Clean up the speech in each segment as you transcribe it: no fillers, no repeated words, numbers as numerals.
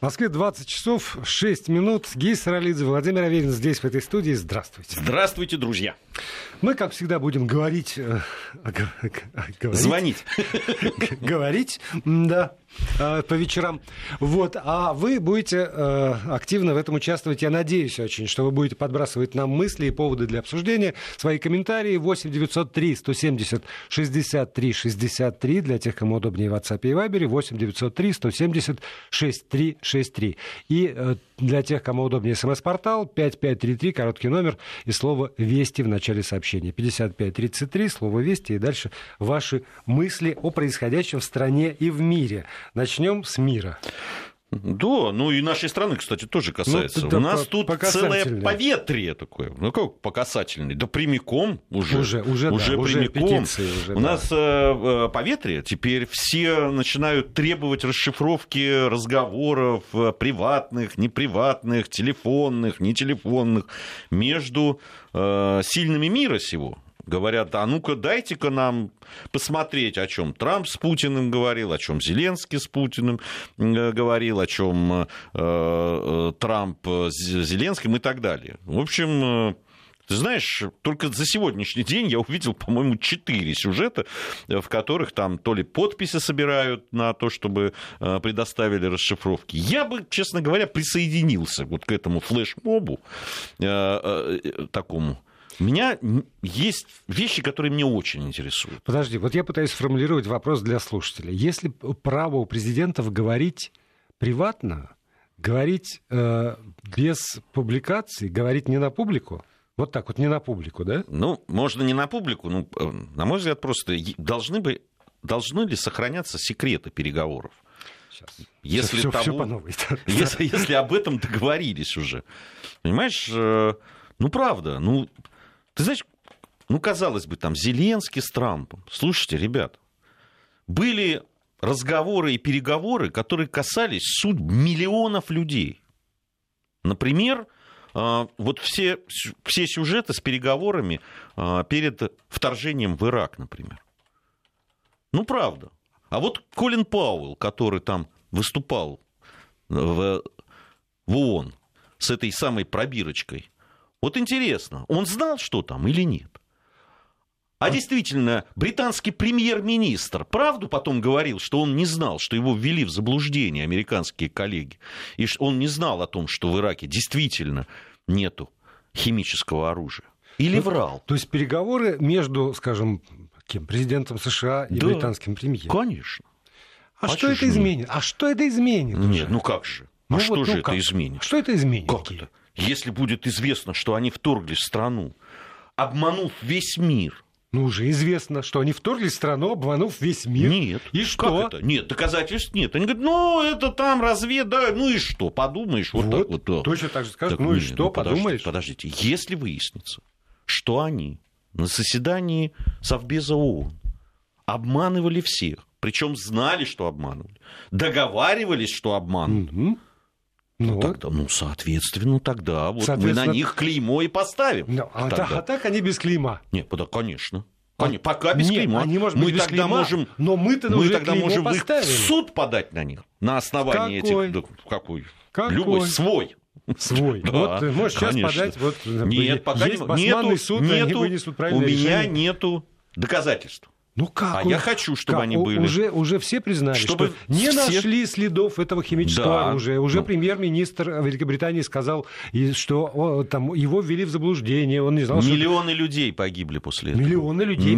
В Москве 20 часов 6 минут. Гей Саралидзе, Владимир Аверин здесь, в этой студии. Здравствуйте. Здравствуйте, друзья. Мы, как всегда, будем говорить... Звонить. Говорить, да, по вечерам. Вот. А вы будете активно в этом участвовать. Я надеюсь очень, что вы будете подбрасывать нам мысли и поводы для обсуждения. Свои комментарии 8 903 170 63 63 для тех, кому удобнее в WhatsApp и Viber. 8 903 170 63 63. И для тех, кому удобнее СМС-портал 5533, короткий номер и слово «Вести» в начале сообщения. 5533, слово «Вести» и дальше ваши мысли о происходящем в стране и в мире. Начнем с мира. Да, ну и нашей страны, кстати, тоже касается. Ну, да, у нас тут целое поветрие такое. Ну, как по касательной? Да прямиком уже прямиком. У нас поветрие. Теперь все начинают требовать расшифровки разговоров приватных, неприватных, телефонных, нетелефонных между сильными мира сего. Говорят, а ну-ка дайте-ка нам посмотреть, о чем Трамп с Путиным говорил, о чем Зеленский с Путиным говорил, о чем Трамп с Зеленским и так далее. В общем, ты знаешь, только за сегодняшний день я увидел, по-моему, 4 сюжета, в которых там то ли подписи собирают на то, чтобы предоставили расшифровки. Я бы, честно говоря, присоединился вот к этому флешмобу такому. У меня есть вещи, которые меня очень интересуют. Подожди, вот я пытаюсь сформулировать вопрос для слушателей. Если право у президентов говорить приватно, говорить без публикаций, говорить не на публику, вот так вот, не на публику, да? Ну, можно не на публику, ну, на мой взгляд, просто должны ли сохраняться секреты переговоров? Сейчас. Если Всё по новой. Если об этом договорились уже. Понимаешь, ну, правда, ну... Ты знаешь, ну, казалось бы, там, Зеленский с Трампом. Слушайте, ребят, были разговоры и переговоры, которые касались судьб миллионов людей. Например, вот все сюжеты с переговорами перед вторжением в Ирак, например. Ну, правда. А вот Колин Пауэлл, который там выступал в ООН с этой самой пробирочкой, вот интересно, он знал, что там или нет? А действительно, британский премьер-министр правду потом говорил, что он не знал, что его ввели в заблуждение американские коллеги, и что он не знал о том, что в Ираке действительно нету химического оружия? Или врал? То есть переговоры между, скажем, президентом США и британским премьером? Конечно. А что это изменит? А что это изменит? Нет, ну как же? А что же это изменит? Что это изменит? Как это? Если будет известно, что они вторглись в страну, обманув весь мир. Ну, уже известно, что они вторглись в страну, обманув весь мир. Нет. И что? Как это? Нет, доказательств нет. Они говорят, ну, это там разведа, ну и что, подумаешь, вот так вот. Да. Точно так же скажут, так, ну и что, ну, подумаешь? Подождите, если выяснится, что они на заседании Совбеза ООН обманывали всех, причем знали, что обманывали, договаривались, что обманывали, тогда, соответственно, тогда вот мы на них клеймо и поставим. А так они без клейма. Нет, да, конечно. Пока без клейма. Они, может быть, мы без тогда клейма, можем, но мы-то мы уже тогда можем поставили. В суд подать на них на основании этих... Какой? Любой свой. Свой. Да, вот можешь сейчас подать. Вот, нет, пока есть басманный суд, они вынесут правильное решение. У меня нету доказательств. Ну как? Я хочу, чтобы они были. Уже все признали, что не нашли следов этого химического оружия. Уже премьер-министр Великобритании сказал, что там его ввели в заблуждение. Он не знал, Миллионы людей погибли после этого. Миллионы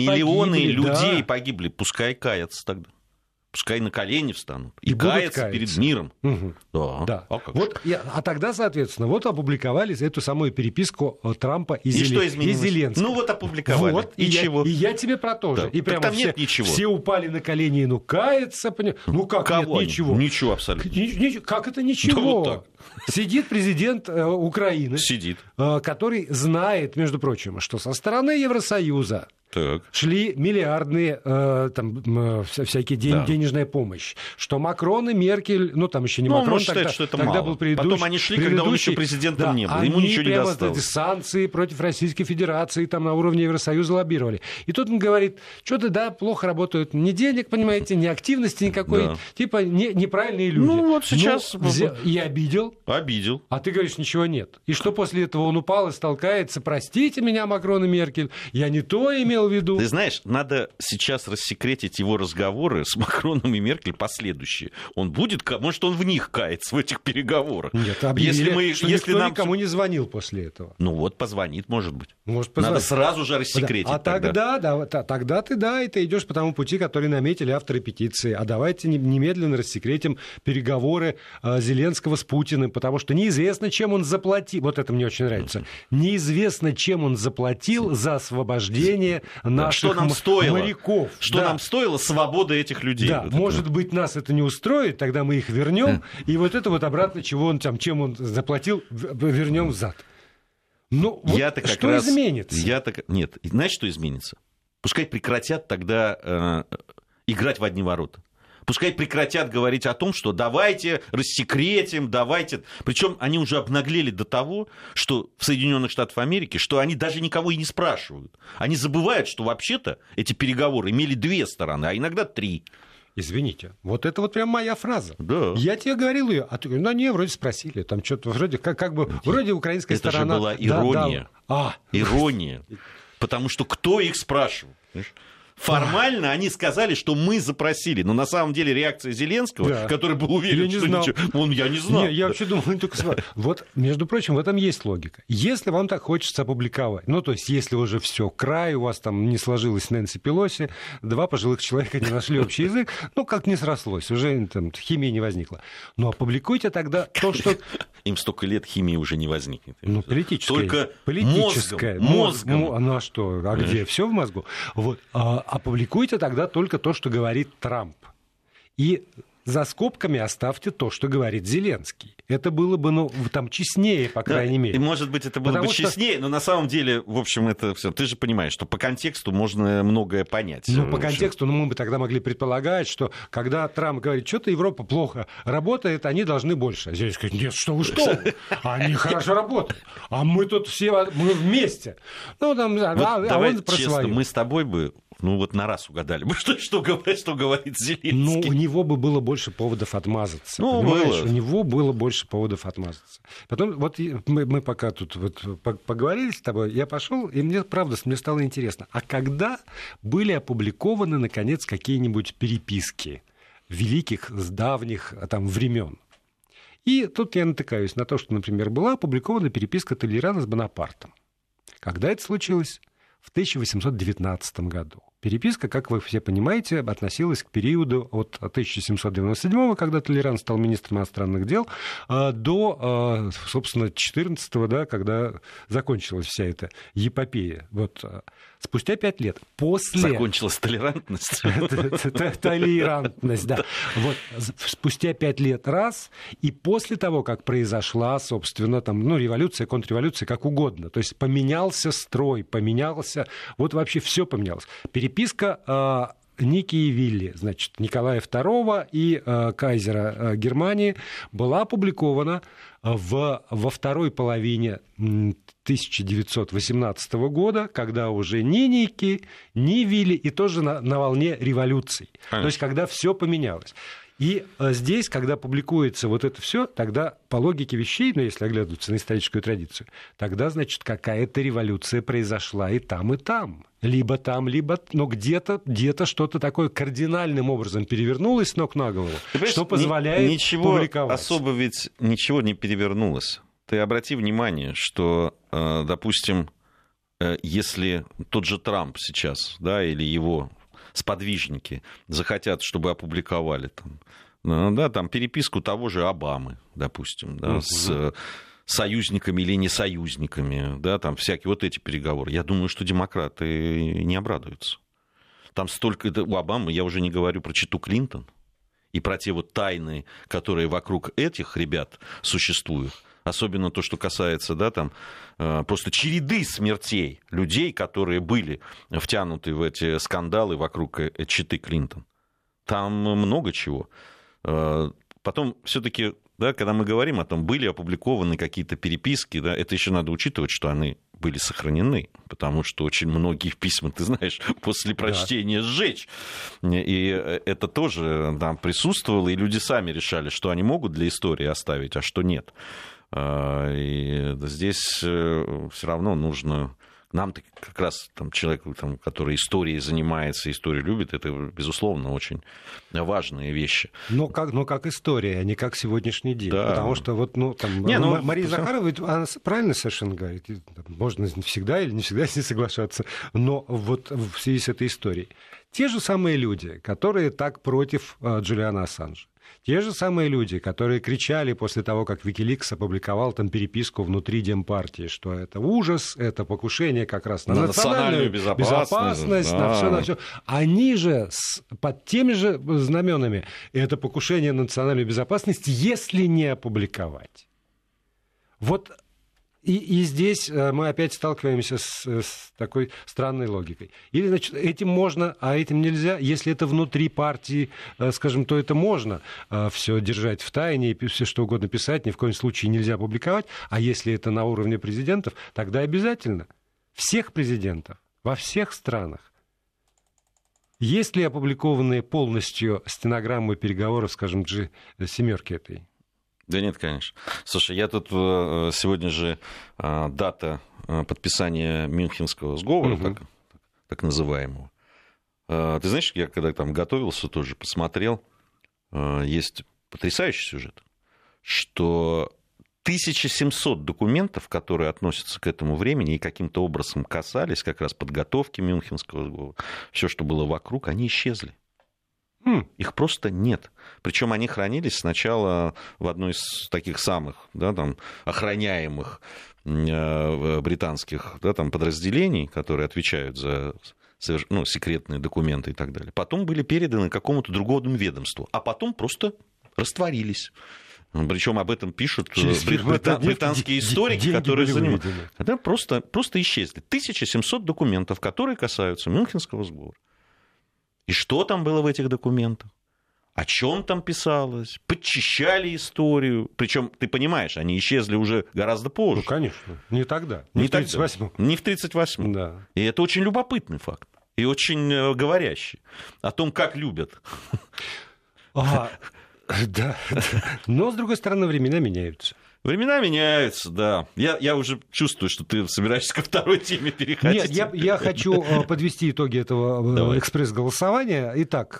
людей погибли. Пускай каятся тогда. Пускай на колени встанут и каются перед миром. Угу. Да. А тогда, соответственно, вот опубликовали эту самую переписку Трампа и Зеленского. Ну вот опубликовали. Вот, и чего? И я тебе про то же. Да. И прямо там нет ничего. Все упали на колени и каются. Ну как Кого? Нет ничего? Ничего абсолютно. Как это ничего? Да вот так. Сидит президент Украины, который знает, между прочим, что со стороны Евросоюза Так. Шли миллиардные всякие денежная помощь. Что Макрон и Меркель, там еще не Макрон, он считает, что это тогда мало. был предыдущий. Потом они шли, когда он еще президентом не был. Ему ничего не досталось. Они прямо санкции против Российской Федерации на уровне Евросоюза лоббировали. И тут он говорит, что-то, плохо работают. Ни денег, понимаете, ни активности никакой. Да. Типа неправильные люди. Вот сейчас... И обидел. Обидел. А ты говоришь, ничего нет. И что после этого он упал и столкается? Простите меня, Макрон и Меркель, я не то имел в виду. Ты знаешь, надо сейчас рассекретить его разговоры с Макроном и Меркель последующие. Он будет, может, он в них кается, в этих переговорах. Нет, объявили, что никто никому не звонил после этого. Позвонит, может быть. Позвонит. Надо сразу же рассекретить. А тогда ты идешь по тому пути, который наметили авторы петиции. А давайте немедленно рассекретим переговоры Зеленского с Путиным, потому что неизвестно, чем он заплатил. Вот это мне очень нравится. Неизвестно, чем он заплатил за освобождение наших моряков. Что нам стоило свобода этих людей. Да, может быть, нас это не устроит, тогда мы их вернем, и вот это обратно, чем он заплатил, вернем взад. Что изменится? Нет, знаешь, что изменится? Пускай прекратят тогда играть в одни ворота. Пускай прекратят говорить о том, что давайте рассекретим, давайте... Причем они уже обнаглели до того, что в Соединенных Штатах Америки, что они даже никого и не спрашивают. Они забывают, что вообще-то эти переговоры имели 2 стороны, а иногда 3. Извините, вот это прям моя фраза. Да. Я тебе говорил ее, а ты говоришь, вроде спросили, там что-то вроде вроде украинская сторона... Это же была ирония. Ирония. Потому что кто их спрашивал? Формально они сказали, что мы запросили, но на самом деле реакция Зеленского, который был уверен, я не знал. Я вообще думал, они только смотрят. Вот, между прочим, в этом есть логика. Если вам так хочется опубликовать, то есть если уже все край, у вас там не сложилось с Нэнси Пелоси, 2 пожилых человека не нашли общий язык, как не срослось, уже там химии не возникло. Опубликуйте тогда то, что... Им столько лет, химии уже не возникнет. Политическая. Только мозгом. А что? А где? Все в мозгу? Опубликуйте тогда только то, что говорит Трамп. И за скобками оставьте то, что говорит Зеленский. Это было бы, честнее, по крайней мере. И, может быть, это было бы честнее, но на самом деле, в общем, это все. Ты же понимаешь, что по контексту можно многое понять. По контексту, мы бы тогда могли предполагать, что когда Трамп говорит, что-то Европа плохо работает, они должны больше. А Зеленский говорит, нет, что вы, они хорошо работают. А мы тут все, мы вместе. Давай честно, мы с тобой бы на раз угадали бы, что говорит Зеленский. У него бы было больше поводов отмазаться. Понимаешь? У него было больше поводов отмазаться. Потом, мы пока тут поговорили с тобой, я пошел, и мне стало интересно, а когда были опубликованы, наконец, какие-нибудь переписки великих с давних времен? И тут я натыкаюсь на то, что, например, была опубликована переписка Толерана с Бонапартом. Когда это случилось? В 1819 году. Переписка, как вы все понимаете, относилась к периоду от 1797, когда Толеран стал министром иностранных дел, до, собственно, 14-го, когда закончилась вся эта эпопея. Спустя 5 лет после... Закончилась толерантность. Толерантность, да. Спустя 5 лет раз, и после того, как произошла, собственно, революция, контрреволюция, как угодно. То есть поменялся строй, поменялся... вообще все поменялось. Переписка Ники и Вилли, значит, Николая II и кайзера Германии, была опубликована во второй половине 1918 года, когда уже ни Ники, ни Вилли, и тоже на волне революций. Конечно. То есть, когда все поменялось. И здесь, когда публикуется это все, тогда по логике вещей, если оглядываться на историческую традицию, тогда, значит, какая-то революция произошла и там, и там. Либо там, либо... Но где-то что-то такое кардинальным образом перевернулось с ног на голову, что позволяет публиковать. Особо ведь ничего не перевернулось. Ты обрати внимание, что, допустим, если тот же Трамп сейчас, или его... сподвижники захотят, чтобы опубликовали переписку того же Обамы, допустим, с союзниками или не союзниками, всякие эти переговоры. Я думаю, что демократы не обрадуются. Там столько... У Обамы, я уже не говорю про читу Клинтон и про те тайны, которые вокруг этих ребят существуют. особенно то, что касается, да, там, просто череды смертей людей, которые были втянуты в эти скандалы вокруг четы Клинтон. Там много чего. Потом все-таки, да, когда мы говорим о том, были опубликованы какие-то переписки, да, это еще надо учитывать, что они были сохранены, потому что очень многие письма, ты знаешь, после прочтения сжечь. И это тоже там присутствовало, и люди сами решали, что они могут для истории оставить, а что нет. И здесь все равно нужно... Нам-то как раз там, человеку, там, который историей занимается, историю любит, это, безусловно, очень важные вещи. Но как история, а не как сегодняшний день. Да. Потому что вот, Мария Захарова, она правильно совершенно говорит, можно всегда или не всегда с ней соглашаться, но вот в связи с этой историей. Те же самые люди, которые так против Джулиана Ассанжа, те же самые люди, которые кричали после того, как Wikileaks опубликовал там переписку внутри Демпартии, что это ужас, это покушение как раз на национальную безопасность, да. на все. Они же под теми же знаменами это покушение на национальную безопасность, если не опубликовать. Вот и здесь мы опять сталкиваемся с такой странной логикой. Или, значит, этим можно, а этим нельзя. Если это внутри партии, скажем, то это можно все держать в тайне и все что угодно писать, ни в коем случае нельзя публиковать. А если это на уровне президентов, тогда обязательно. Всех президентов, во всех странах. Есть ли опубликованные полностью стенограммы переговоров, скажем, G7 этой? Да нет, конечно. Слушай, я тут сегодня же дата подписания Мюнхенского сговора, так называемого. Ты знаешь, я когда там готовился, тоже посмотрел, есть потрясающий сюжет, что 1700 документов, которые относятся к этому времени и каким-то образом касались как раз подготовки Мюнхенского сговора, все, что было вокруг, они исчезли. Их просто нет. Причем они хранились сначала в одной из таких самых, да, там, охраняемых британских, да, там, подразделений, которые отвечают за секретные документы и так далее. Потом были переданы какому-то другому ведомству, а потом просто растворились. Причем об этом пишут британские историки, которые занимаются. Да, просто исчезли. 1700 документов, которые касаются Мюнхенского сговора. И что там было в этих документах? О чем там писалось? Подчищали историю. Причем, ты понимаешь, они исчезли уже гораздо позже. Ну, конечно. Не тогда. Не в 1938-м. Не в 1938-м. Да. И это очень любопытный факт. И очень говорящий. О том, как любят. Да. Но, с другой стороны, времена меняются. Времена меняются, да. Я уже чувствую, что ты собираешься ко второй теме переходить. Нет, я хочу подвести итоги этого экспресс-голосования. Итак,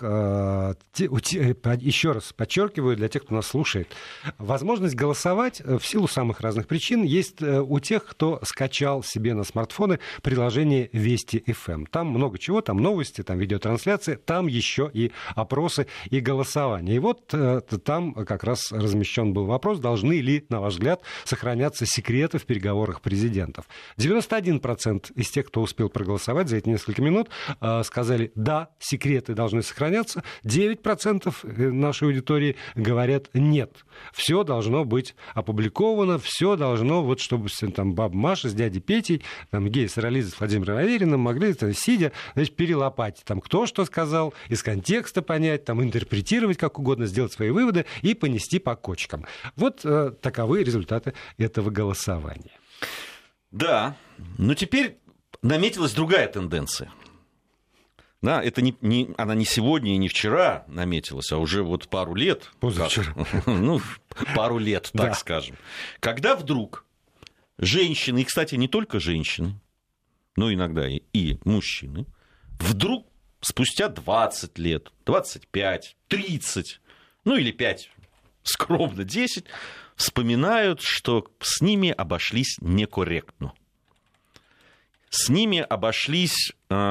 еще раз подчеркиваю для тех, кто нас слушает. Возможность голосовать в силу самых разных причин есть у тех, кто скачал себе на смартфоны приложение Вести ФМ. Там много чего, там новости, там видеотрансляции, там еще и опросы и голосования. И вот там как раз размещен был вопрос, должны ли, на ваш взгляд, сохраняться секреты в переговорах президентов. 91% из тех, кто успел проголосовать за эти несколько минут, сказали, да, секреты должны сохраняться. 9% нашей аудитории говорят, нет. Все должно быть опубликовано, все должно, вот чтобы там баба Маша с дядей Петей, там Гея Саралидзе с Владимиром Авериным могли, там, сидя, значит, перелопатить, там, кто что сказал, из контекста понять, там, интерпретировать как угодно, сделать свои выводы и понести по кочкам. Вот таковы результаты этого голосования. Да, но теперь наметилась другая тенденция. Да, это она не сегодня и не вчера наметилась, а уже вот пару лет. Позавчера. Пару лет, так скажем. Когда вдруг женщины, и, кстати, не только женщины, но иногда и мужчины, вдруг спустя 20 лет, 25, 30, или 5, скромно 10, вспоминают, что с ними обошлись некорректно. С ними обошлись,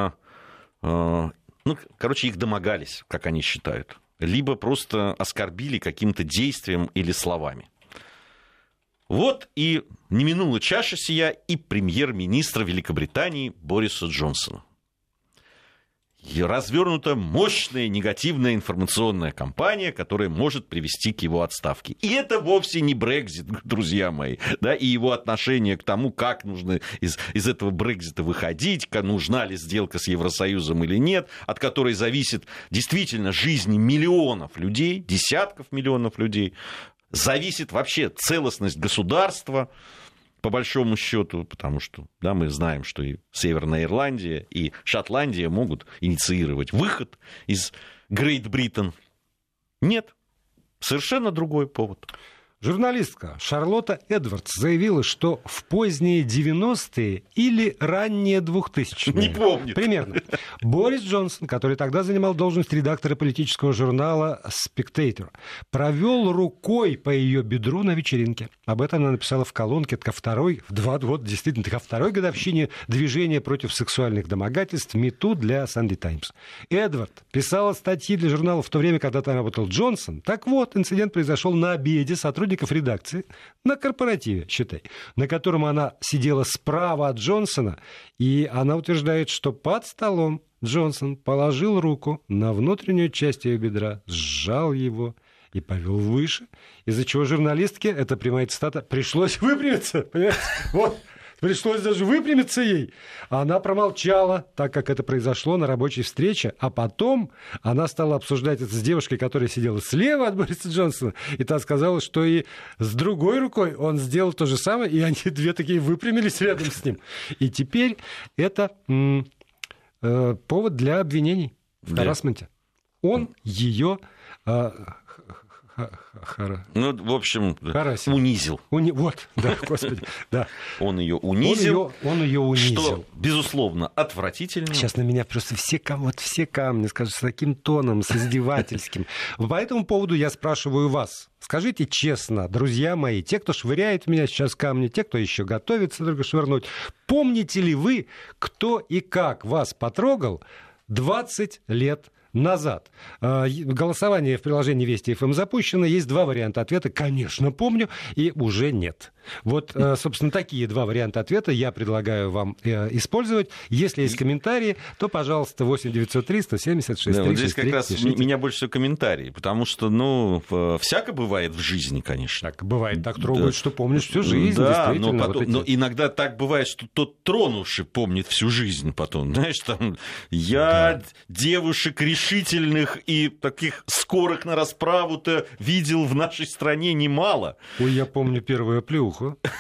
их домогались, как они считают. Либо просто оскорбили каким-то действием или словами. Вот и не минула чаша сия и премьер-министра Великобритании Бориса Джонсона. развернута мощная негативная информационная кампания, которая может привести к его отставке. И это вовсе не Брексит, друзья мои, да, и его отношение к тому, как нужно из этого Брексита выходить, нужна ли сделка с Евросоюзом или нет, от которой зависит действительно жизнь миллионов людей, десятков миллионов людей, зависит вообще целостность государства, по большому счету, потому что да, мы знаем, что и Северная Ирландия, и Шотландия могут инициировать выход из Great Britain. Нет, совершенно другой повод. Журналистка Шарлотта Эдвардс заявила, что в поздние 90-е или ранние 2000-е, не помню, примерно, Борис Джонсон, который тогда занимал должность редактора политического журнала Spectator, провел рукой по ее бедру на вечеринке. Об этом она написала в колонке ко второй годовщине движения против сексуальных домогательств #MeToo для Sunday Times. Эдвард писала статьи для журнала в то время, когда там работал Джонсон. Так вот, инцидент произошел на обеде сотрудников редакции, на корпоративе, считай, на котором она сидела справа от Джонсона, и она утверждает, что под столом Джонсон положил руку на внутреннюю часть ее бедра, сжал его и повел выше, из-за чего журналистке, это прямая цитата, пришлось выпрямиться, понимаете? Вот. Пришлось даже выпрямиться ей. Она промолчала, так как это произошло на рабочей встрече. А потом она стала обсуждать это с девушкой, которая сидела слева от Бориса Джонсона. И та сказала, что и с другой рукой он сделал то же самое, и они две такие выпрямились рядом с ним. И теперь это повод для обвинений в харассменте. Он ее... Ну, в общем, Харасил. унизил. Вот, да, господи, да. Он ее унизил. Он ее унизил. Что, безусловно, отвратительно. Сейчас на меня просто все камни скажут с таким тоном, с издевательским. По этому поводу я спрашиваю вас. Скажите честно, друзья мои, те, кто швыряет в меня сейчас камни, те, кто еще готовится только швырнуть, помните ли вы, кто и как вас потрогал 20 лет назад? Голосование в приложении Вести ФМ запущено. Есть два варианта ответа. Конечно, помню. И уже нет. Вот, собственно, такие два варианта ответа я предлагаю вам использовать. Если есть комментарии, то, пожалуйста, 8 903 176 363. Вот здесь как раз меня больше всего комментарии, потому что, всяко бывает в жизни, конечно. Так бывает, так трогают, что помнишь всю жизнь. Да, но иногда так бывает, что тот тронувший помнит всю жизнь потом. Знаешь, там, девушек решительных и таких скорых на расправу-то видел в нашей стране немало. Ой, я помню первую оплеуху.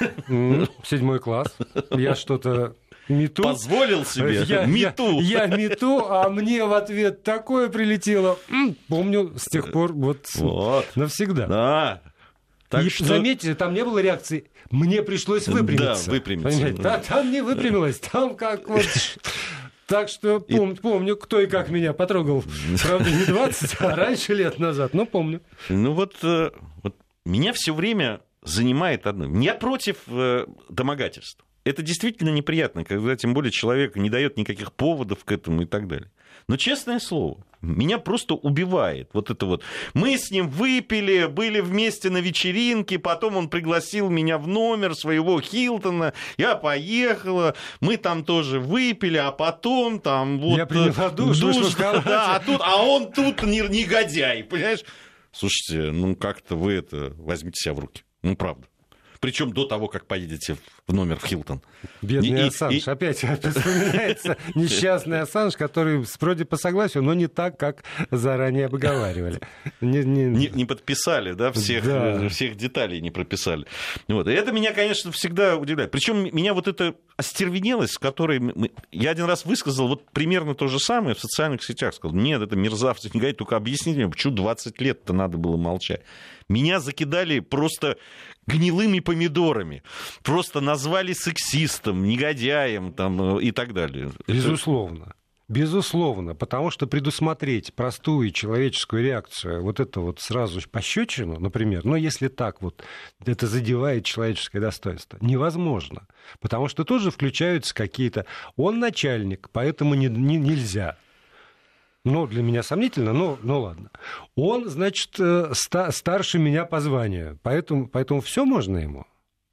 7 класс. Я что-то... #MeToo. Позволил себе #MeToo. Я #MeToo, а мне в ответ такое прилетело. Помню с тех пор вот. Навсегда. Да. Так и заметьте, там не было реакции. Мне пришлось выпрямиться. Да, выпрямиться. Там не выпрямилось. Там как вот... Так что помню, кто и как меня потрогал. Правда, не 20, а раньше лет назад, но помню. Вот меня все время занимает одно. Я против домогательств. Это действительно неприятно, когда тем более человек не дает никаких поводов к этому и так далее. Но, честное слово, меня просто убивает вот это вот. Мы с ним выпили, были вместе на вечеринке, потом он пригласил меня в номер своего Хилтона, я поехала, мы там тоже выпили, а потом там вот... Я приняла душ, да, а он тут негодяй, понимаешь? Слушайте, как-то вы это возьмите себя в руки. Правда. Причем до того, как поедете в номер в Хилтон. Бедный Ассанж. Опять вспоминается несчастный Ассанж, который вроде по согласию, но не так, как заранее обговаривали. Не подписали, да, всех деталей не прописали. Вот. И это меня, конечно, всегда удивляет. Причем меня вот эта остервенелость, с которой... Я один раз высказал вот примерно то же самое в социальных сетях. Сказал, нет, это мерзавцы, не говорит, только объясните мне, почему 20 лет-то надо было молчать. Меня закидали просто гнилыми помидорами, просто назвали сексистом, негодяем там, и так далее. Безусловно. Безусловно, потому что предусмотреть простую человеческую реакцию, вот это вот сразу пощечину, например, если так вот это задевает человеческое достоинство, невозможно. Потому что тоже включаются какие-то... Он начальник, поэтому нельзя. Для меня сомнительно, но ладно. Он, значит, старше меня по званию, поэтому все можно ему.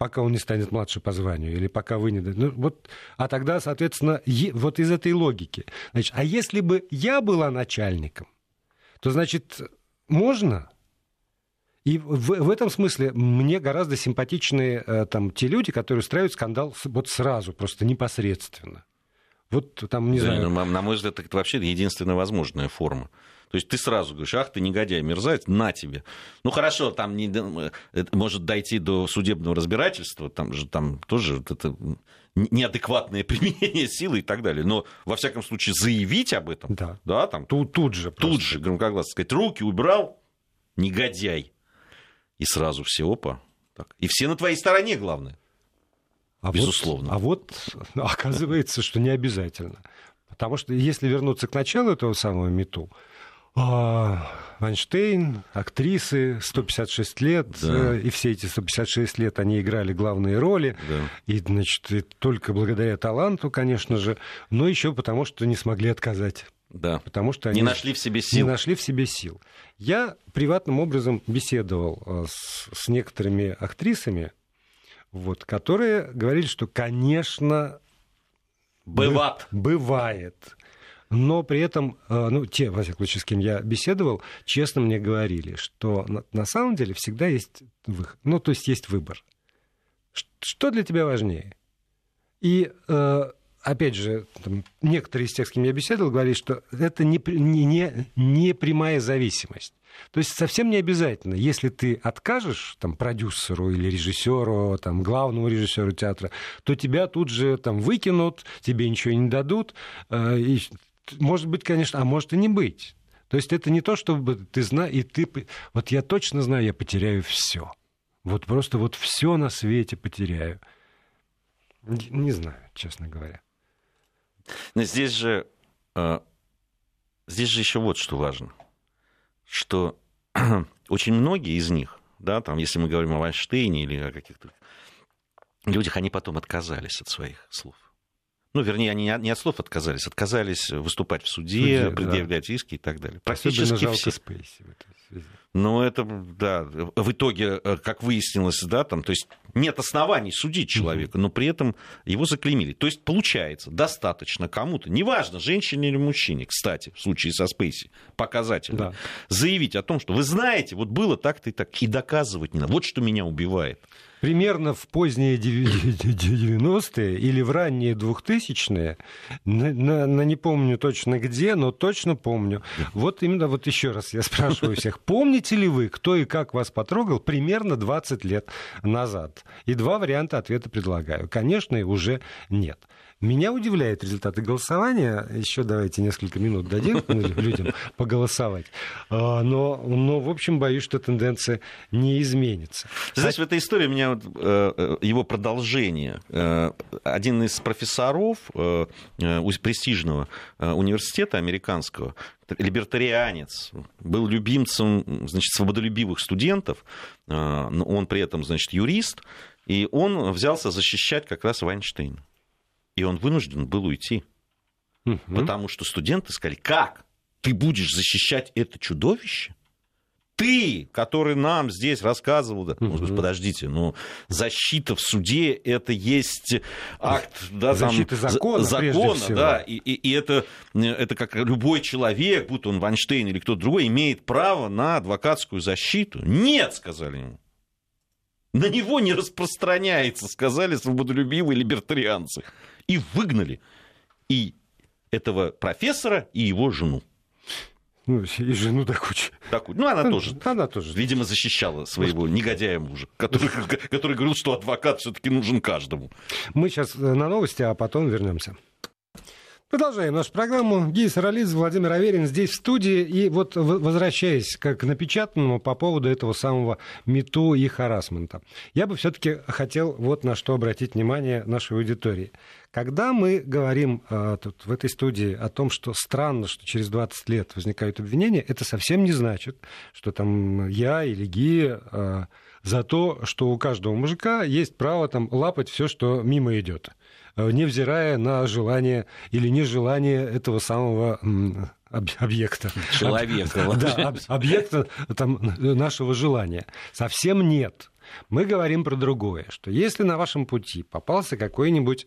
пока он не станет младше по званию, или пока вы не... А тогда, соответственно, вот из этой логики. Значит, а если бы я была начальником, то, значит, можно... И в этом смысле мне гораздо симпатичнее там те люди, которые устраивают скандал вот сразу, просто непосредственно. Вот там, не знаю... На мой взгляд, это вообще единственная возможная форма. То есть ты сразу говоришь, ах ты негодяй, мерзавец, на тебе. Ну хорошо, там это может дойти до судебного разбирательства, там тоже это неадекватное применение силы и так далее. Но, во всяком случае, заявить об этом, да там, тут же громкогласно сказать, руки убрал, негодяй. И сразу все, опа. Так. И все на твоей стороне, главное. Безусловно. Вот оказывается, что не обязательно. Потому что если вернуться к началу этого самого МeToo, Вайнштейн, актрисы, 156 лет, да. И все эти 156 лет они играли главные роли, да. И, значит, и только благодаря таланту, конечно же, но еще потому, что не смогли отказать. Да. Потому что они не нашли в себе сил. Я приватным образом беседовал с некоторыми актрисами, вот, которые говорили, что, конечно, бывает. Но при этом, те, во всяком случае, с кем я беседовал, честно мне говорили, что на самом деле всегда есть выход. То есть есть выбор. Что для тебя важнее? И... Опять же, некоторые из тех, с кем я беседовал, говорили, что это не прямая зависимость. То есть совсем не обязательно, если ты откажешь продюсеру или режиссеру, главному режиссеру театра, то тебя тут же выкинут, тебе ничего не дадут. И, может быть, конечно, а может и не быть. То есть это не то, чтобы ты знаешь, и ты... Вот я точно знаю, я потеряю все. Вот просто все на свете потеряю. Не знаю, честно говоря. Но здесь же еще вот что важно, что очень многие из них, да, если мы говорим о Вайнштейне или о каких-то людях, они потом отказались от своих слов. Вернее, они не от слов отказались выступать в суде, предъявлять иски и так далее. Практически жалко Спейси в этой связи. Это, да, в итоге, как выяснилось, да, то есть нет оснований судить человека, но при этом его заклеймили. То есть, получается, достаточно кому-то, неважно, женщине или мужчине, кстати, в случае со Спейси, показательно, заявить о том, что вы знаете, вот было так-то и так, и доказывать не надо. Вот что меня убивает. Примерно в поздние 90-е или в ранние 2000-е, не помню точно где, но точно помню. Вот именно, еще раз я спрашиваю всех, помните ли вы, кто и как вас потрогал примерно 20 лет назад? И два варианта ответа предлагаю. Конечно, и уже нет. Меня удивляют результаты голосования. Еще давайте несколько минут дадим людям поголосовать. Но, в общем, боюсь, что тенденция не изменится. Знаешь, в этой истории у меня его продолжение. Один из профессоров престижного университета американского, либертарианец, был любимцем, свободолюбивых студентов. Он при этом, юрист. И он взялся защищать как раз Вайнштейна. И он вынужден был уйти. Потому что студенты сказали, как ты будешь защищать это чудовище? Ты, который нам здесь рассказывал... Подождите, защита в суде — это есть акт... защита закона, да, и это как любой человек, будь он Вайнштейн или кто-то другой, имеет право на адвокатскую защиту. Нет, сказали ему. На него не распространяется, сказали свободолюбивые либертарианцы. И выгнали и этого профессора, и его жену. И жену до кучи. Она тоже. Видимо, защищала своего негодяя мужа, который говорил, что адвокат все-таки нужен каждому. Мы сейчас на новости, а потом вернемся. Продолжаем нашу программу. Гия Саралидзе, Владимир Аверин здесь в студии. И вот возвращаясь к напечатанному по поводу этого самого МeToo и харассмента, я бы все-таки хотел вот на что обратить внимание нашей аудитории. Когда мы говорим тут в этой студии о том, что странно, что через 20 лет возникают обвинения, это совсем не значит, что я или Гия за то, что у каждого мужика есть право лапать все, что мимо идет, невзирая на желание или нежелание этого самого объекта. Человека. Объекта нашего желания. Совсем нет. Мы говорим про другое, что если на вашем пути попался какой-нибудь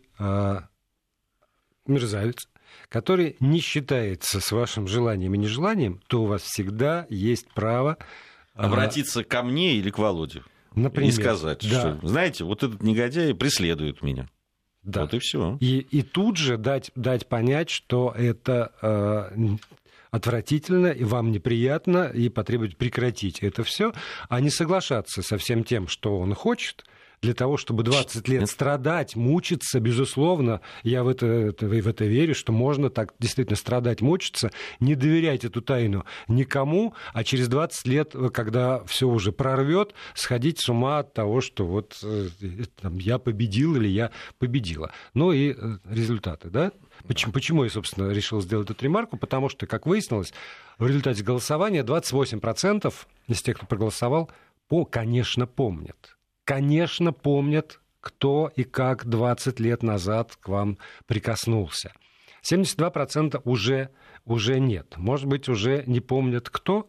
мерзавец, который не считается с вашим желанием и нежеланием, то у вас всегда есть право обратиться ко мне или к Володе. Например, и сказать, что, знаете, вот этот негодяй преследует меня. Да. Вот и все. И тут же дать понять, что это отвратительно, и вам неприятно, и потребовать прекратить это все, а не соглашаться со всем тем, что он хочет, для того, чтобы 20 лет страдать, мучиться, безусловно, я в это верю, что можно так действительно страдать, мучиться, не доверять эту тайну никому, а через 20 лет, когда все уже прорвет, сходить с ума от того, что вот там, я победил или я победила. Ну и результаты, да? Почему я, собственно, решил сделать эту ремарку? Потому что, как выяснилось, в результате голосования 28% из тех, кто проголосовал, конечно, помнят. Конечно, помнят, кто и как 20 лет назад к вам прикоснулся. 72% уже нет. Может быть, уже не помнят кто,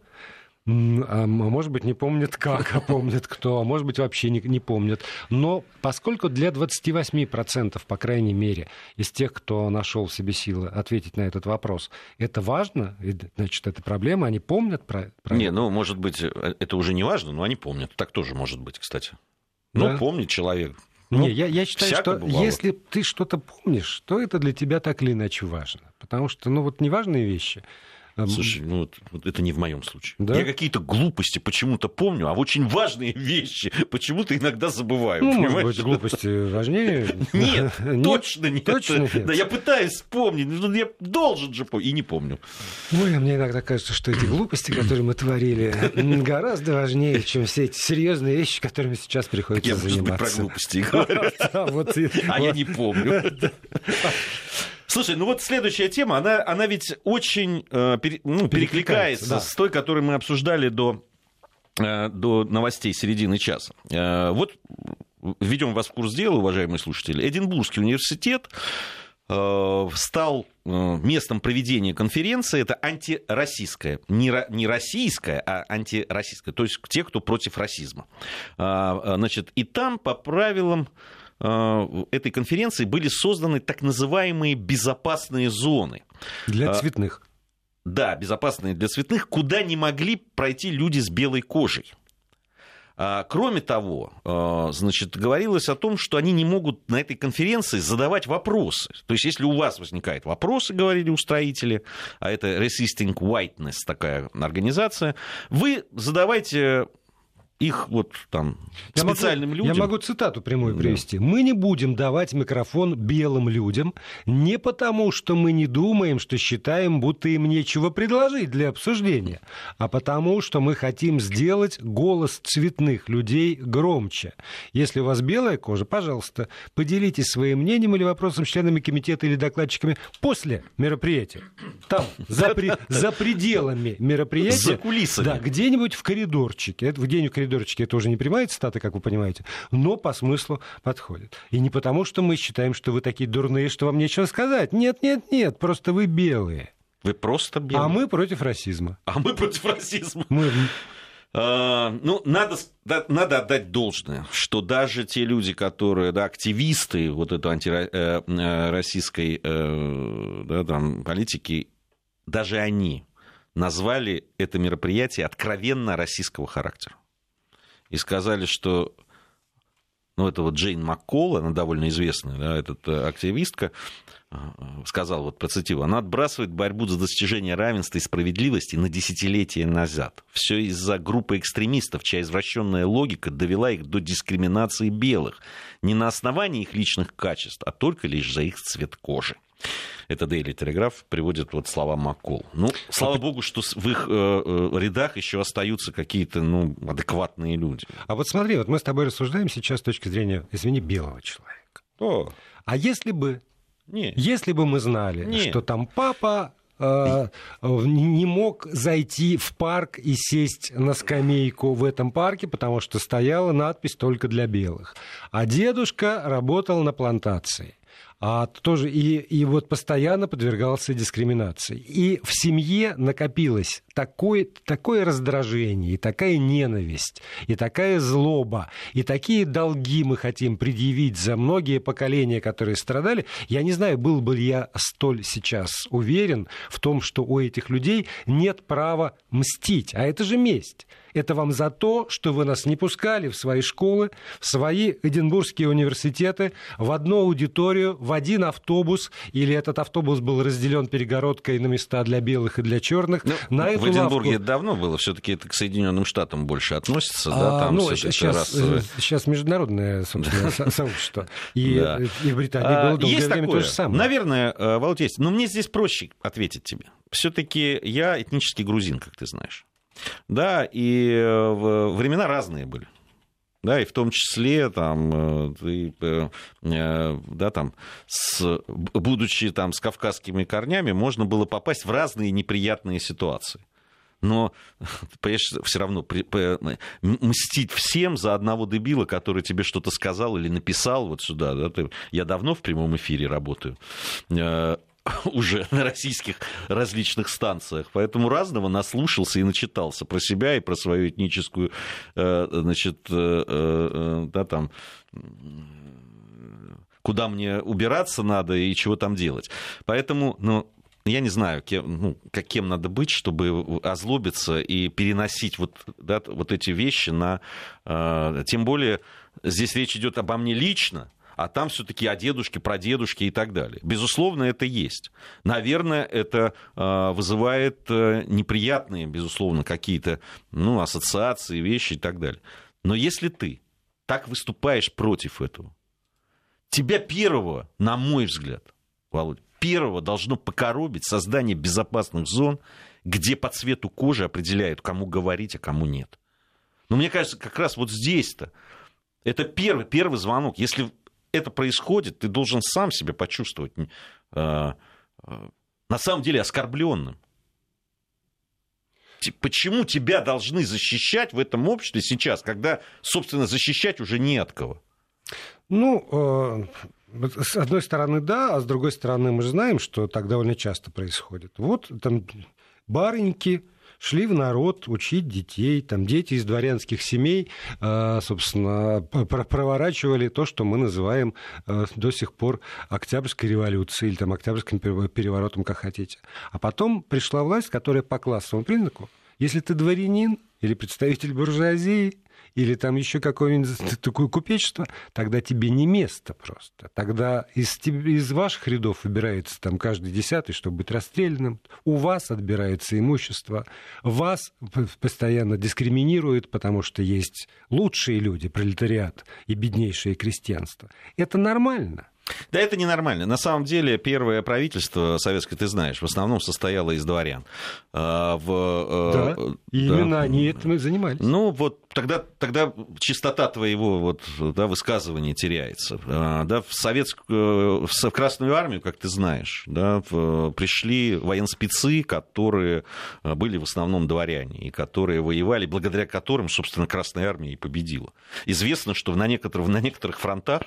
а может быть, не помнят как, а помнят кто, а может быть, вообще не помнят. Но поскольку для 28%, по крайней мере, из тех, кто нашел в себе силы ответить на этот вопрос, это важно, значит, это проблема, они помнят про Не, это. ну, может быть, это уже не важно, но они помнят. Так тоже может быть, кстати. Ну, да? Помнит человек. Не, я считаю, что бывало. Если ты что-то помнишь, то это для тебя так или иначе важно. Потому что, вот неважные вещи... Слушай, вот это не в моем случае. Да? Я какие-то глупости почему-то помню, а очень важные вещи почему-то иногда забываю. Может быть, глупости важнее? Нет, точно нет. Точно нет. Да, я пытаюсь вспомнить, но я должен же помнить, и не помню. Ой, мне иногда кажется, что эти глупости, которые мы творили, гораздо важнее, чем все эти серьезные вещи, которыми сейчас приходится заниматься. Я, про глупости говорю. А я не помню. Слушай, вот следующая тема, она ведь очень перекликается с той, которую мы обсуждали до новостей середины часа. Вот введем вас в курс дела, уважаемые слушатели. Эдинбургский университет стал местом проведения конференции. Это антироссийская, не российская, а антироссийская, то есть те, кто против расизма. Значит, и там по правилам этой конференции были созданы так называемые безопасные зоны. Для цветных. Да, безопасные для цветных, куда не могли пройти люди с белой кожей. Кроме того, значит, говорилось о том, что они не могут на этой конференции задавать вопросы. То есть, если у вас возникают вопросы, говорили устроители, а это Resisting Whiteness, такая организация, вы задавайте их вот там специальным людям. Я могу цитату прямую привести. Мы не будем давать микрофон белым людям не потому, что мы не думаем, что считаем, будто им нечего предложить для обсуждения, а потому, что мы хотим сделать голос цветных людей громче. Если у вас белая кожа, пожалуйста, поделитесь своим мнением или вопросом с членами комитета или докладчиками после мероприятия. Там, за пределами мероприятия. За кулисами. Да, где-нибудь в коридорчике. Где-нибудь в коридорчике это уже не прямая цитата, как вы понимаете, но по смыслу подходит. И не потому, что мы считаем, что вы такие дурные, что вам нечего сказать. Нет, просто вы белые. Вы просто белые. А мы против расизма. Надо отдать должное, что даже те люди, которые, активисты вот этой антироссийской политики, даже они назвали это мероприятие откровенно российского характера. И сказали, что это вот Джейн Маккол, она довольно известная, эта активистка, сказала, вот процитирую, она отбрасывает борьбу за достижение равенства и справедливости на десятилетия назад. Все из-за группы экстремистов, чья извращенная логика довела их до дискриминации белых. Не на основании их личных качеств, а только лишь за их цвет кожи. Это Daily Telegraph приводит вот слова Маккол. Слава богу, что в их рядах еще остаются какие-то адекватные люди. А вот смотри, вот мы с тобой рассуждаем сейчас с точки зрения, извини, белого человека. А если бы мы знали, что там папа не мог зайти в парк и сесть на скамейку в этом парке, потому что стояла надпись «Только для белых», а дедушка работал на плантации, тоже и вот постоянно подвергался дискриминации. И в семье накопилось такое раздражение, и такая ненависть, и такая злоба, и такие долги мы хотим предъявить за многие поколения, которые страдали. Я не знаю, был бы ли я столь сейчас уверен в том, что у этих людей нет права мстить. А это же месть. Это вам за то, что вы нас не пускали в свои школы, в свои Эдинбургские университеты, в одну аудиторию, в один автобус, или этот автобус был разделен перегородкой на места для белых и для черных. На эту в Эдинбурге лавку... это давно было, все-таки это к Соединенным Штатам больше относится. Да, там сейчас международное, собственно, сообщество. И в Британии было долгое время то же самое. Наверное, Володь, есть. Но мне здесь проще ответить тебе. Все-таки я этнический грузин, как ты знаешь. Да, и времена разные были. Да, и в том числе, там, да, там, будучи там, с кавказскими корнями, можно было попасть в разные неприятные ситуации. Но, понимаешь, все равно мстить всем за одного дебила, который тебе что-то сказал или написал вот сюда. Да, я давно в прямом эфире работаю. Уже на российских различных станциях. Поэтому разного наслушался и начитался про себя и про свою этническую, значит, да, там, куда мне убираться надо и чего там делать. Поэтому, ну, я не знаю, кем надо быть, чтобы озлобиться и переносить вот, да, вот эти вещи на... Тем более, здесь речь идет обо мне лично, а там все-таки о дедушке, прадедушке и так далее. Безусловно, это есть. Наверное, это вызывает неприятные, безусловно, какие-то ассоциации, вещи и так далее. Но если ты так выступаешь против этого, тебя первого, на мой взгляд, Володя, первого должно покоробить создание безопасных зон, где по цвету кожи определяют, кому говорить, а кому нет. Но мне кажется, как раз вот здесь-то это первый звонок. Если это происходит, ты должен сам себя почувствовать на самом деле оскорбленным. Почему тебя должны защищать в этом обществе сейчас, когда, собственно, защищать уже не от кого? Ну, с одной стороны, да, а с другой стороны, мы же знаем, что так довольно часто происходит. Вот там барыньки шли в народ учить детей, там дети из дворянских семей, собственно, проворачивали то, что мы называем до сих пор Октябрьской революцией или там Октябрьским переворотом, как хотите. А потом пришла власть, которая по классовому признаку, если ты дворянин или представитель буржуазии, или там еще какое-нибудь такое купечество, тогда тебе не место просто. Тогда из ваших рядов выбирается там каждый 10-й, чтобы быть расстрелянным. У вас отбирается имущество. Вас постоянно дискриминируют, потому что есть лучшие люди, пролетариат, и беднейшее крестьянство. Это нормально. Да, это ненормально. На самом деле, первое правительство советское, ты знаешь, в основном состояло из дворян. Да, именно они этим и занимались. Ну, вот тогда чистота твоего высказывания теряется. Да, в Красную армию, как ты знаешь, да, пришли военспецы, которые были в основном дворяне, и которые воевали, благодаря которым, собственно, Красная армия и победила. Известно, что на некоторых фронтах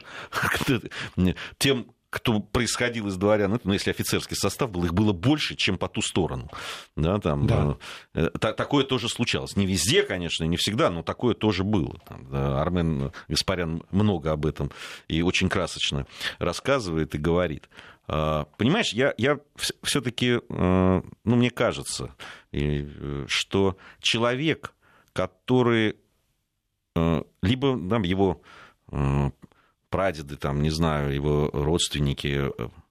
тем, кто происходил из дворян, если офицерский состав был, их было больше, чем по ту сторону. Да, там, да. Такое тоже случалось. Не везде, конечно, не всегда, но такое тоже было. Армен Гаспарян много об этом и очень красочно рассказывает и говорит. Понимаешь, я все-таки, мне кажется, что человек, который либо его прадеды, там, не знаю, его родственники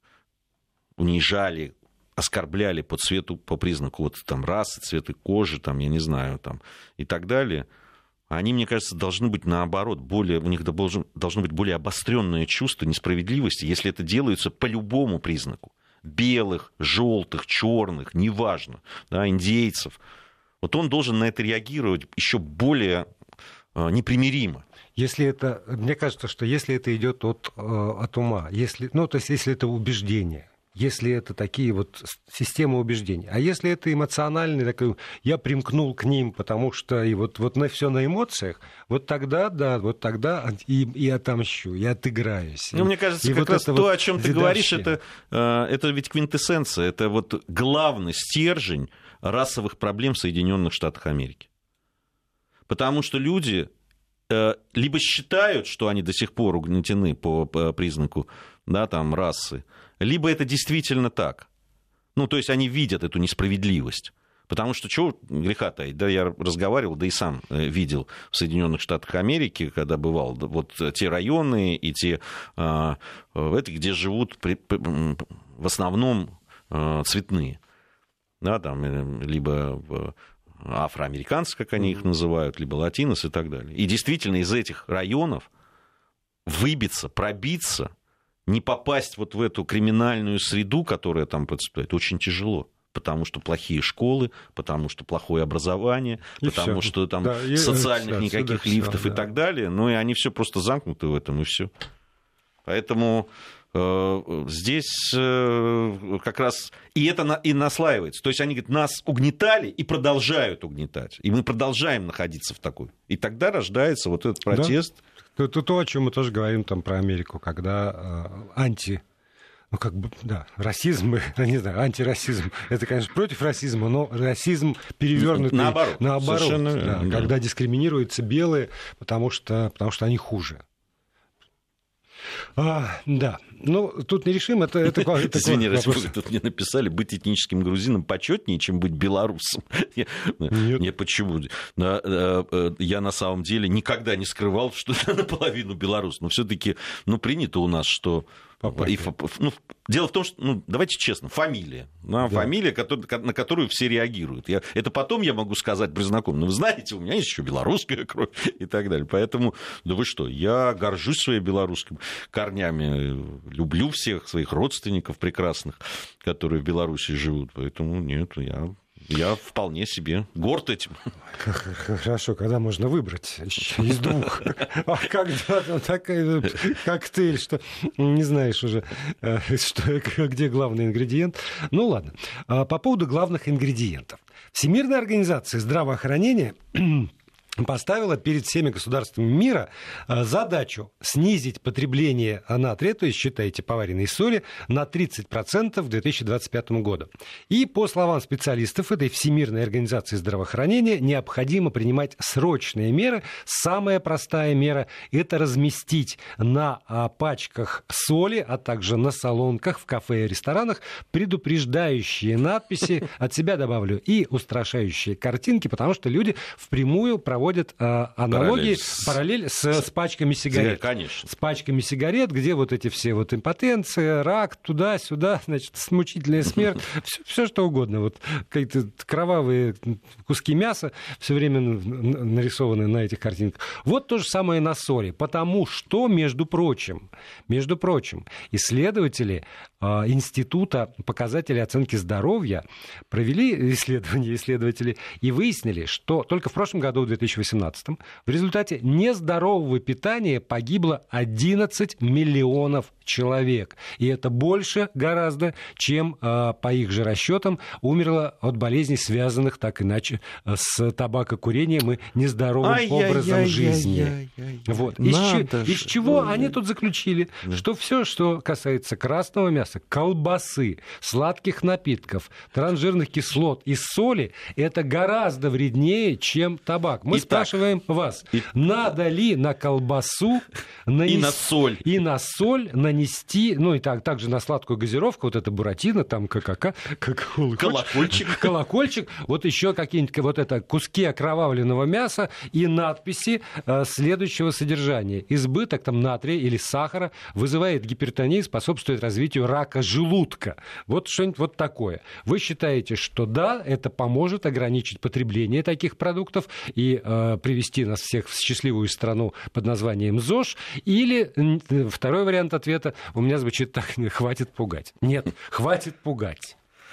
унижали, оскорбляли по признаку там, расы, цвета кожи, там, я не знаю, там, и так далее, они, мне кажется, должны быть наоборот, у них должно быть более обостренное чувство несправедливости, если это делается по любому признаку. Белых, желтых, черных, неважно, да, индейцев. Вот он должен на это реагировать еще более непримиримо. Мне кажется, что если это идет от ума, если это убеждение, если это такие вот системы убеждений. А если это эмоциональный, такой, я примкнул к ним, потому что и вот на все на эмоциях, вот тогда, да, вот тогда и отомщу, и отыграюсь. Ну, мне кажется, как вот раз то, о чем ты говоришь, это ведь квинтэссенция, это вот главный стержень расовых проблем в Соединенных Штатах Америки. Потому что люди либо считают, что они до сих пор угнетены по признаку, да, там, расы, либо это действительно так. Ну, то есть они видят эту несправедливость. Потому что, чего греха таить, да, я разговаривал, да и сам видел в Соединенных Штатах Америки, когда бывал, вот те районы и те, где живут в основном цветные, да, там, либо афроамериканцы, как они их называют, либо латиносы и так далее. И действительно из этих районов выбиться, пробиться, не попасть вот в эту криминальную среду, которая там процветает, очень тяжело. Потому что плохие школы, потому что плохое образование, и потому что там социальных никаких лифтов и так далее. Ну и они все просто замкнуты в этом, и все. Поэтому здесь как раз и это и наслаивается. То есть они, говорят, нас угнетали и продолжают угнетать. И мы продолжаем находиться в такой. И тогда рождается вот этот протест. Да? Это то, о чем мы тоже говорим там про Америку, когда расизм, не знаю, антирасизм. Это, конечно, против расизма, но расизм перевернутый наоборот. Да, когда дискриминируются белые, потому что они хуже. Да, ну, тут не решим, это извини, тут мне написали, быть этническим грузином почетнее, чем быть белорусом. Нет, почему? Я на самом деле никогда не скрывал, что я наполовину белорус, но все-таки принято у нас, что... Дело в том, что, давайте честно, фамилия. Фамилия, на которую все реагируют. Это потом я могу сказать при знакомых, вы знаете, у меня есть еще белорусская кровь и так далее. Поэтому, да вы что, я горжусь своими белорусскими корнями, люблю всех своих родственников прекрасных, которые в Беларуси живут. Поэтому нет, я вполне себе горд этим. Хорошо, когда можно выбрать из двух. А когда там такой коктейль, что не знаешь уже, где главный ингредиент. Ну ладно. По поводу главных ингредиентов. Всемирная организация здравоохранения поставила перед всеми государствами мира задачу снизить потребление натрия, то есть, считайте, поваренной соли, на 30% к 2025 году. И, по словам специалистов этой Всемирной организации здравоохранения, необходимо принимать срочные меры. Самая простая мера – это разместить на пачках соли, а также на солонках в кафе и ресторанах предупреждающие надписи, от себя добавлю, и устрашающие картинки, потому что люди впрямую проводят аналогии, параллель с пачками сигарет. Конечно. С пачками сигарет, где вот эти все вот импотенция, рак, туда-сюда, значит, мучительная смерть, все что угодно. Вот какие-то кровавые куски мяса все время нарисованы на этих картинках. Вот то же самое на соли. Потому что, между прочим, исследователи Института показателей оценки здоровья провели исследователи и выяснили, что только в прошлом году, в 2018, в результате нездорового питания погибло 11 миллионов человек. И это больше гораздо, чем, по их же расчетам, умерло от болезней, связанных так иначе с табакокурением и нездоровым образом жизни. Вот. Из чего они тут заключили, что все, что касается красного мяса, колбасы, сладких напитков, транжирных кислот и соли, это гораздо вреднее, чем табак. Мы спрашиваем вас, надо ли на колбасу и на соль нанести, ну и также на сладкую газировку, вот это буратино, там колокольчик, вот еще какие-нибудь вот это куски окровавленного мяса и надписи следующего содержания. Избыток там натрия или сахара вызывает гипертонию, способствует развитию рака желудка. Вот что-нибудь вот такое. Вы считаете, что да, это поможет ограничить потребление таких продуктов и привести нас всех в счастливую страну под названием ЗОЖ? Или второй вариант ответа у меня звучит так: хватит пугать. Нет, хватит пугать.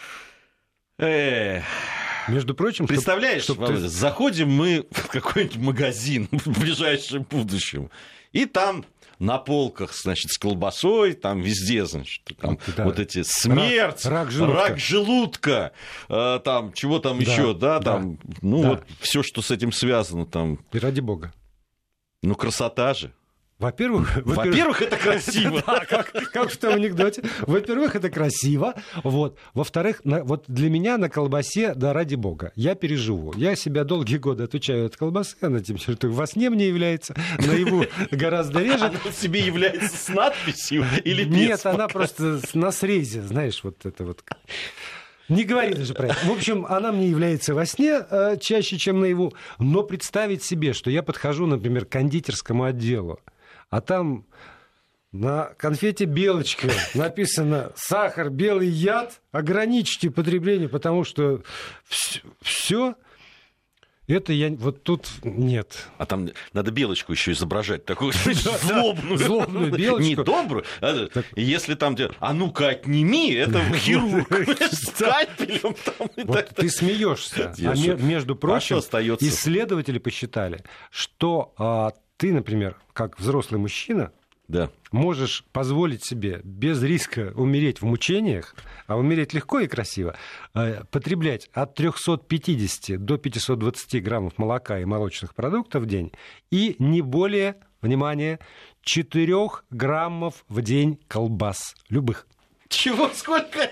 Между прочим, представляешь, Володя, заходим мы в какой-нибудь магазин в ближайшем будущем, и там на полках, значит, с колбасой, там везде, значит, там вот эти смерть, рак желудка, там, чего там еще, там, вот все, что с этим связано. Там. И ради бога. Ну, красота же. Во-первых, это красиво. Как в том анекдоте. Во-первых, это красиво. Вот. Во-вторых, вот для меня на колбасе, да ради бога, я переживу. Я себя долгие годы отучаю от колбасы, она тем, что во сне мне является, наяву гораздо реже. Она себе является с надписью или без? Нет, она просто на срезе, знаешь, вот это вот... Не говори даже про это. В общем, она мне является во сне чаще, чем наяву. Но представить себе, что я подхожу, например, к кондитерскому отделу, а там на конфете «Белочка» написано «Сахар, белый яд, ограничьте потребление», потому что все... Это я вот тут нет. А там надо белочку еще изображать, такую злобную белочку. Не добрую. Если там, а ну-ка отними, это хирург. Скальпелем там. Ты смеешься. А между прочим, исследователи посчитали, что ты, например, как взрослый мужчина, можешь позволить себе без риска умереть в мучениях, а умереть легко и красиво, потреблять от 350 до 520 граммов молока и молочных продуктов в день и не более, внимание, 4 граммов в день колбас. Любых. Чего? Сколько?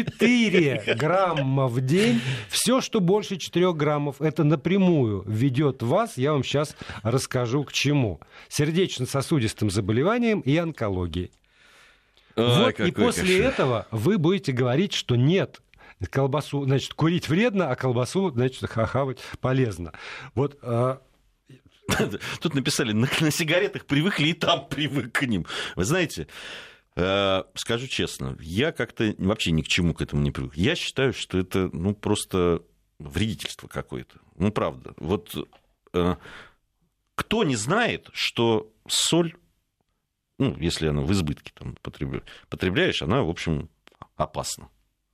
4 грамма в день. Все, что больше 4 граммов, это напрямую ведет вас, я вам сейчас расскажу, к чему. Сердечно-сосудистым заболеваниям и онкологии. Вот и после этого вы будете говорить, что нет, колбасу, значит, курить вредно, а колбасу, значит, хавать полезно. Вот... Тут написали, на сигаретах привыкли, и там привык к ним. Вы знаете... Скажу честно, я как-то вообще ни к чему к этому не привык. Я считаю, что это просто вредительство какое-то. Правда. Вот кто не знает, что соль, если она в избытке там, потребляешь, она, в общем, опасна.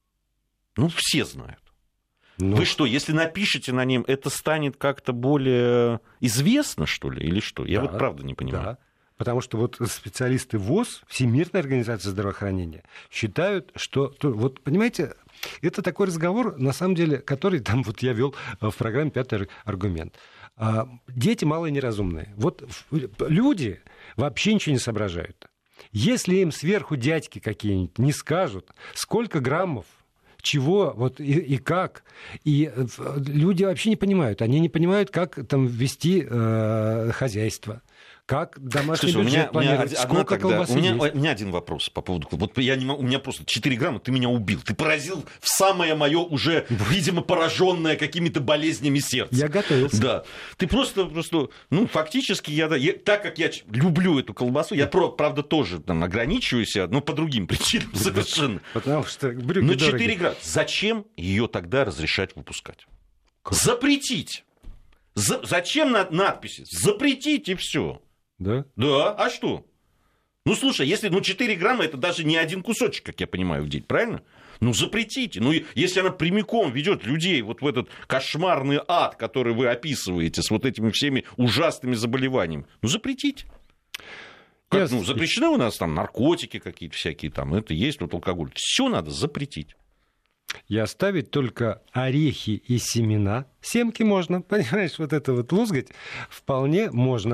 Все знают. Вы что, если напишете на нем, это станет как-то более известно, что ли, или что? Я вот правда не понимаю. Да. Потому что вот специалисты ВОЗ, Всемирная организация здравоохранения, считают, что... Вот, понимаете, это такой разговор, на самом деле, который там вот я вел в программе «Пятый аргумент». Дети малые неразумные. Вот люди вообще ничего не соображают. Если им сверху дядьки какие-нибудь не скажут, сколько граммов, чего, вот и как. И люди вообще не понимают. Они не понимают, как там вести хозяйство. Как домашний бюджет планировать? Сколько колбасы есть? У меня один вопрос по поводу... Вот у меня просто 4 грамма, ты меня убил. Ты поразил в самое мое уже, видимо, пораженное какими-то болезнями сердца. Я готовился. Да. Ты просто фактически, так как я люблю эту колбасу, я, правда, тоже там ограничиваюсь, но по другим причинам совершенно. Потому что брюки дороги. 4 грамма. Зачем ее тогда разрешать выпускать? Запретить. Зачем надписи? Запретить и все. Да? Да, а что? Слушай, если 4 грамма, это даже не один кусочек, как я понимаю, в день, правильно? Запретите. Если она прямиком ведет людей вот в этот кошмарный ад, который вы описываете, с вот этими всеми ужасными заболеваниями, запретите. Запрещены у нас там наркотики какие-то всякие, там, это есть, алкоголь. Все надо запретить. И оставить только орехи и семена. Семки можно, понимаешь, вот это вот лузгать вполне можно.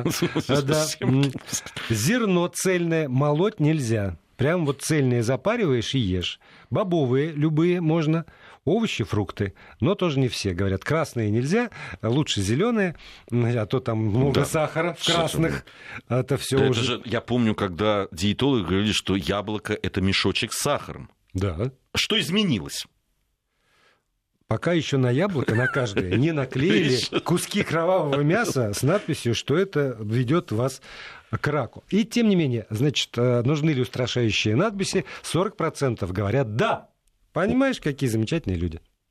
Зерно цельное молоть нельзя. Прям вот цельное запариваешь и ешь. Бобовые любые можно. Овощи, фрукты, но тоже не все. Говорят, красные нельзя, лучше зеленые, а то там много сахара в красных. Это все уже... Я помню, когда диетологи говорили, что яблоко – это мешочек с сахаром. Да. Что изменилось? Пока еще на яблоко, на каждое, не наклеили куски кровавого мяса с надписью, что это ведет вас к раку. И тем не менее, значит, нужны ли устрашающие надписи? 40% говорят «да». Понимаешь, какие замечательные люди.